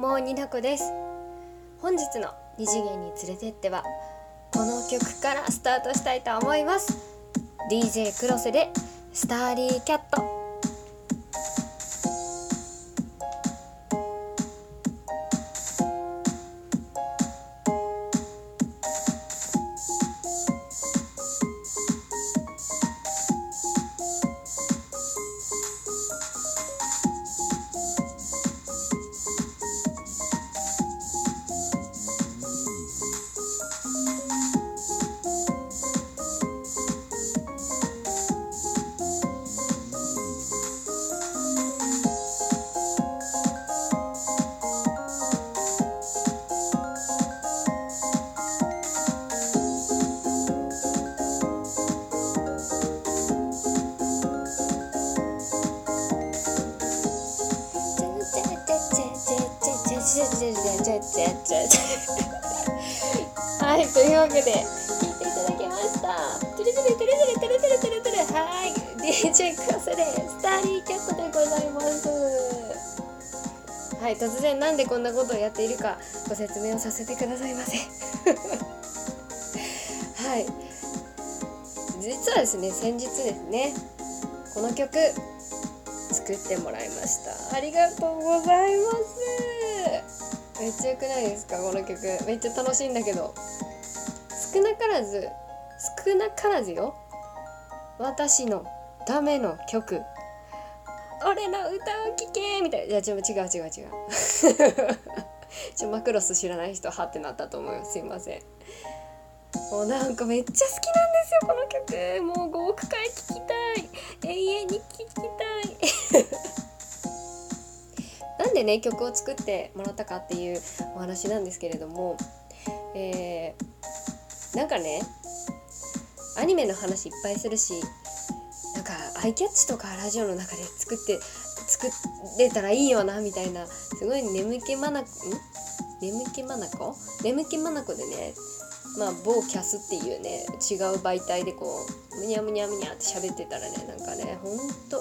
もになこです。本日の二次元に連れてってはこの曲からスタートしたいと思います。 DJ 黒瀬でスターリーキャット。はい、というわけで聴いていただきました。トゥルトゥルトゥルトゥルトゥルトゥルトゥルトゥル、はい、DJ クロスでスターリーキャットでございます。はい、突然なんでこんなことをやっているかご説明をさせてくださいませ。はい、実はですね、先日ですね、この曲作ってもらいました。ありがとうございます。めっちゃ良くないですか、この曲。めっちゃ楽しいんだけど、少なからずよ、私のための曲、俺の歌を聴けみたいな。いや違うマクロス知らない人はってなったと思います。すいません。もうなんかめっちゃ好きなんですよ、この曲。もう5億回聴きたい、永遠に聴きたい。なんでね、曲を作ってもらったかっていうお話なんですけれども、なんかね、アニメの話いっぱいするし、なんかアイキャッチとかラジオの中で作れたらいいよなみたいな、すごい眠気まなこでね、まあ某キャスっていうね、違う媒体でこうむにゃって喋ってたらね、なんかね、ほんと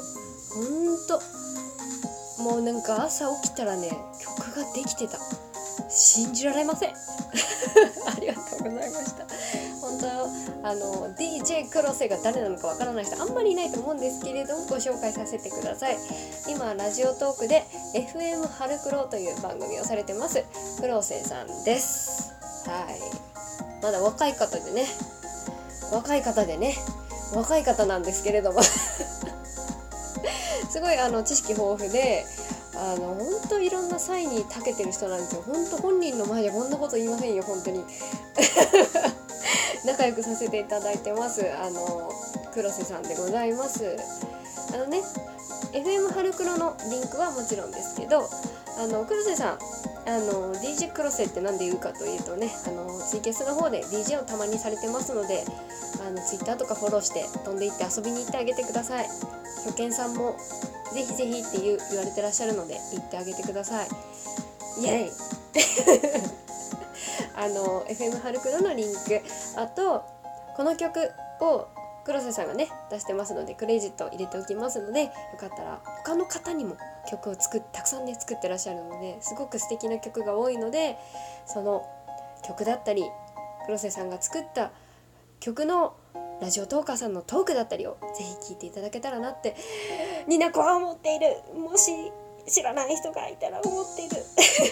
もうなんか朝起きたらね、曲ができてた。信じられません。ありがとうございました。本当DJ 黒瀬が誰なのかわからない人あんまりいないと思うんですけれども、ご紹介させてください。今ラジオトークで FM 春黒という番組をされてます黒瀬さんです。はい、まだ若い方なんですけれどもすごい知識豊富で、本当いろんな際に長けてる人なんですよ。本当本人の前でこんなこと言いませんよ、本当に。仲良くさせていただいてます。黒瀬さんでございます。FM 春黒のリンクはもちろんですけど、黒瀬さん、DJ 黒瀬ってなんで言うかというとね、ツイキャスの方で DJ をたまにされてますので、Twitter とかフォローして飛んでいって遊びに行ってあげてください。初見さんもぜひぜひって言われてらっしゃるので行ってあげてください。イエイFM 春黒のリンク、あとこの曲を黒瀬さんがね出してますので、クレジット入れておきますので、よかったら他の方にも曲をたくさんね作ってらっしゃるので、すごく素敵な曲が多いので、その曲だったり黒瀬さんが作った曲のラジオトーカーさんのトークだったりをぜひ聞いていただけたらなってになこは思っている。もし知らない人がいたら思っている。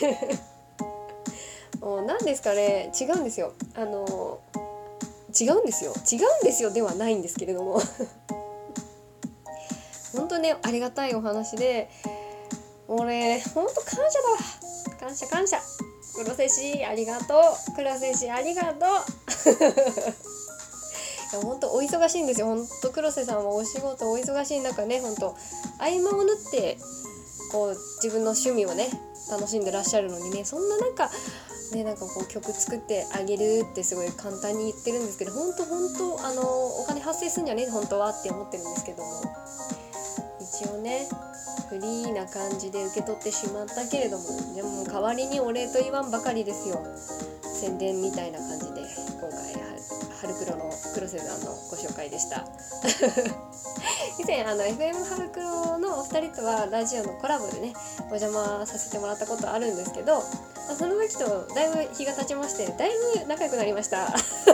もう何ですかね、違うんですよではないんですけれども本当ね、ありがたいお話で、俺本当感謝。黒瀬氏ありがとう。いや本当お忙しいんですよ。本当黒瀬さんはお仕事お忙しい中ね、本当合間を縫ってこう自分の趣味をね楽しんでらっしゃるのにね、そんななんかこう曲作ってあげるってすごい簡単に言ってるんですけど、本当お金発生するんじゃね本当はって思ってるんですけども、一応ねフリーな感じで受け取ってしまったけれども、でも代わりにお礼と言わんばかりですよ。宣伝みたいな感じで今回春黒の黒瀬さんのご紹介でした。 以前FM ハロクロのお二人とはラジオのコラボでねお邪魔させてもらったことあるんですけど、その時とだいぶ日が経ちまして、だいぶ仲良くなりました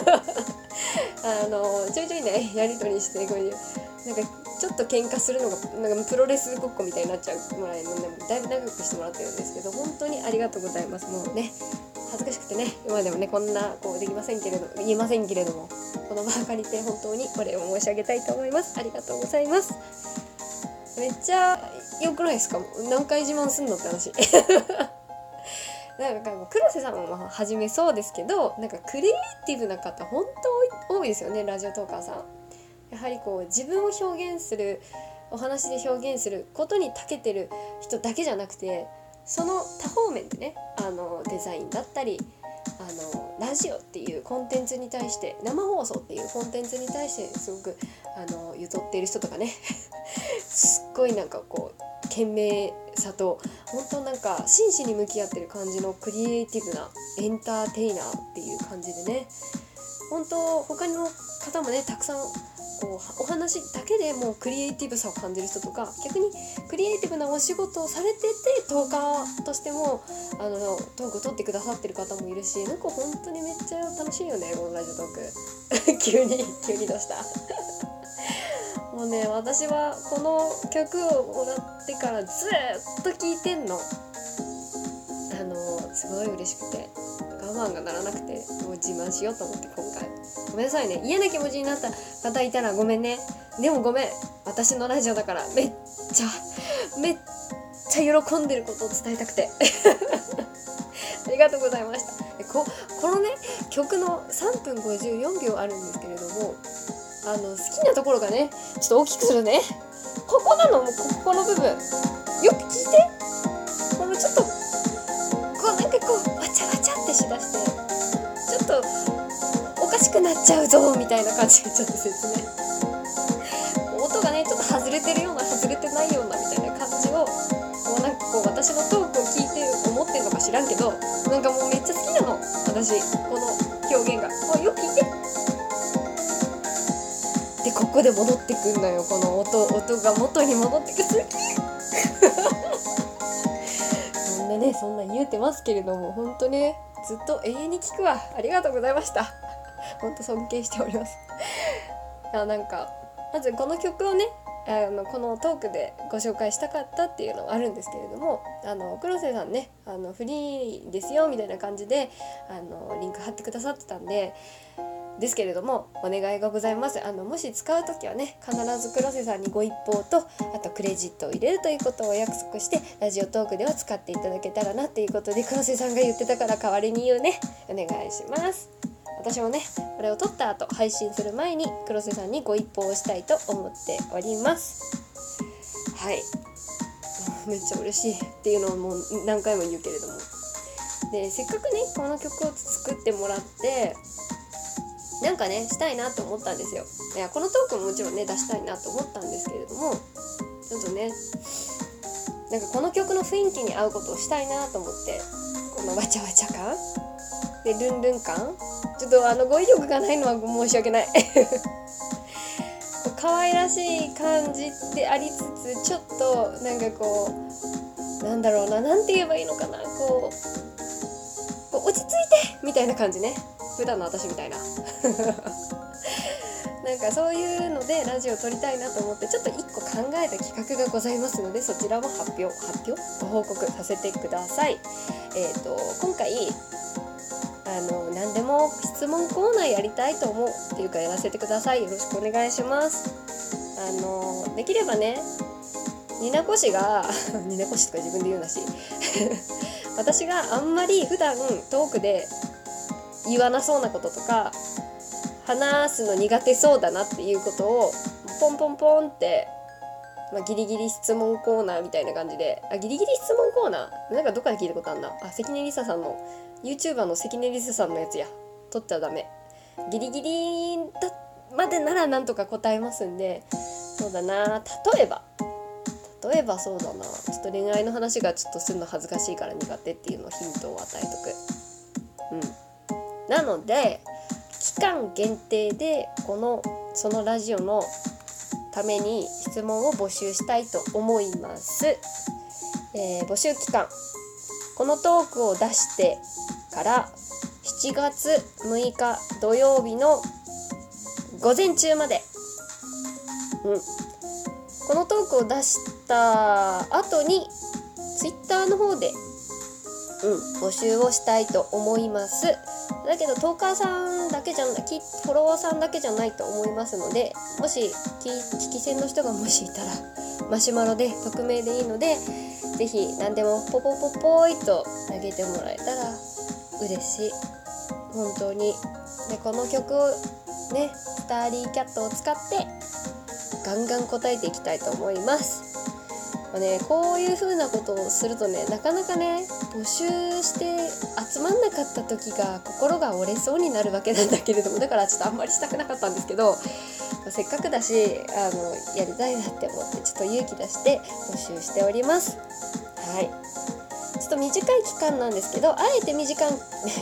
ちょいちょいねやり取りして、こういうなんかちょっと喧嘩するのがなんかプロレスごっこみたいになっちゃうぐらいのね、だいぶ長くしてもらってるんですけど、本当にありがとうございます。もうね恥ずかしくてね今でもねこんなこうできませんけれど言えませんけれども、この場を借りて本当にお礼を申し上げたいと思います。ありがとうございます。めっちゃ良くないですか？何回自慢すんのって話なんか黒瀬さんもはじめそうですけど、なんかクリエイティブな方本当多いですよね、ラジオトーカーさん。やはりこう自分を表現する、お話で表現することに長けてる人だけじゃなくて、その多方面でねデザインだったりラジオっていうコンテンツに対して、生放送っていうコンテンツに対してすごくゆとっている人とかねすっごいなんかこう懸命さと本当なんか真摯に向き合ってる感じのクリエイティブなエンターテイナーっていう感じでね、本当他の方もねたくさんこうお話だけでもうクリエイティブさを感じる人とか、逆にクリエイティブなお仕事をされててトーカーとしてもトークを取ってくださってる方もいるし、なんか本当にめっちゃ楽しいよねこのラジオトーク急にどうしたもうね私はこの曲をもらってからずっと聴いてんの。すごい嬉しくて我慢がならなくて、もう自慢しようと思って今回ごめんなさいね、嫌な気持ちになった方いたらごめんね。でもごめん、私のラジオだからめっちゃ喜んでることを伝えたくてありがとうございました。このね曲の3分54秒あるんですけれども、好きなところがねちょっと大きくするね、ここなの、もうこの部分よく聞いて、このちょっとこうなんかこうわちゃわちゃってしだして、ちょっとおかしくなっちゃうぞみたいな感じでちょっと説明、音がねちょっと外れてるような外れてないようなみたいな感じを、もうなんかこう私のトークを聞いて思ってんのか知らんけど、なんかもうめっちゃ好きなの私この表現が。もうよく聞いて、でここで戻ってくんのよ、この音が元に戻ってくるそんな言うてますけれども、本当ねずっと永遠に聞くわ。ありがとうございました本当尊敬しておりますなんかまずこの曲をねこのトークでご紹介したかったっていうのはあるんですけれども、黒瀬さんねフリーですよみたいな感じでリンク貼ってくださってたんですけれども、お願いがございます。もし使うときはね必ず黒瀬さんにご一報とあとクレジットを入れるということをお約束して、ラジオトークでは使っていただけたらなということで、黒瀬さんが言ってたから代わりに言うね、お願いします。私もねこれを撮った後配信する前に黒瀬さんにご一報をしたいと思っております。はい、めっちゃ嬉しいっていうのをもう何回も言うけれども、でせっかくねこの曲を作ってもらってなんかねしたいなと思ったんですよ。いやこのトークももちろんね出したいなと思ったんですけれども、ちょっとねなんかこの曲の雰囲気に合うことをしたいなと思って、このわちゃわちゃ感でルンルン感、ちょっと語彙力がないのは申し訳ない可愛らしい感じでありつつ、ちょっとなんかこうなんだろうな、なんて言えばいいのかな、こう落ち着いてみたいな感じね、普段の私みたいななんかそういうのでラジオを撮りたいなと思って、ちょっと1個考えた企画がございますので、そちらも発表ご報告させてください。今回何でも質問コーナーやりたいと思うっていうかやらせてください。よろしくお願いします。できればねニナコシがニナコシとか自分で言うなし私があんまり普段トークで言わなそうなこととか話すの苦手そうだなっていうことをポンポンポンって、ギリギリ質問コーナーみたいな感じで、ギリギリ質問コーナーなんかどっかで聞いたことあるな、関根りささんの YouTuber の関根りささんのやつや、取っちゃダメ、ギリギリまでならなんとか答えますんで、そうだな、例えばそうだな、ちょっと恋愛の話がちょっとするの恥ずかしいから苦手っていうのをヒントを与えとく。なので期間限定でそのラジオのために質問を募集したいと思います。募集期間、このトークを出してから7月6日土曜日の午前中まで、このトークを出した後にツイッターの方で、募集をしたいと思います。だけどトーカーさんだけじゃない、フォロワーさんだけじゃないと思いますので、もし聞き戦の人がもしいたらマシュマロで匿名でいいので、ぜひ何でもポポポポイと投げてもらえたら嬉しい。本当に。でこの曲をね、スターリーキャットを使ってガンガン答えていきたいと思います。こういう風なことをするとね、なかなかね、募集して集まんなかった時が心が折れそうになるわけなんだけれども、だからちょっとあんまりしたくなかったんですけど、せっかくだしやりたいなって思ってちょっと勇気出して募集しております。はい、ちょっと短い期間なんですけど、あえて短い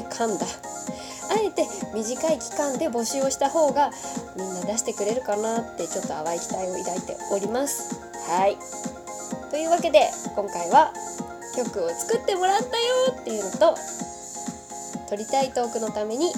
期間で募集をした方がみんな出してくれるかなってちょっと淡い期待を抱いております。はい、というわけで今回は曲を作ってもらったよっていうのと、撮りたいトークのために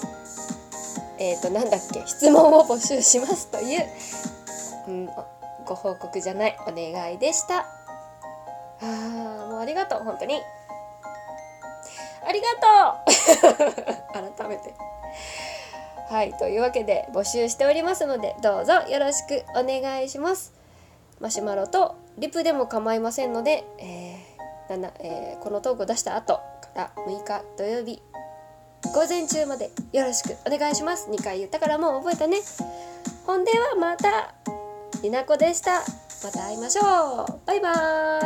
質問を募集しますという、ご報告じゃない、お願いでした。もうありがとう、本当にありがとう改めて。はい、というわけで募集しておりますので、どうぞよろしくお願いします。マシュマロとリプでも構いませんので、このトークを出した後から6日土曜日午前中までよろしくお願いします。2回言ったからもう覚えたね。ほんではまた、りなこでした。また会いましょう。バイバーイ。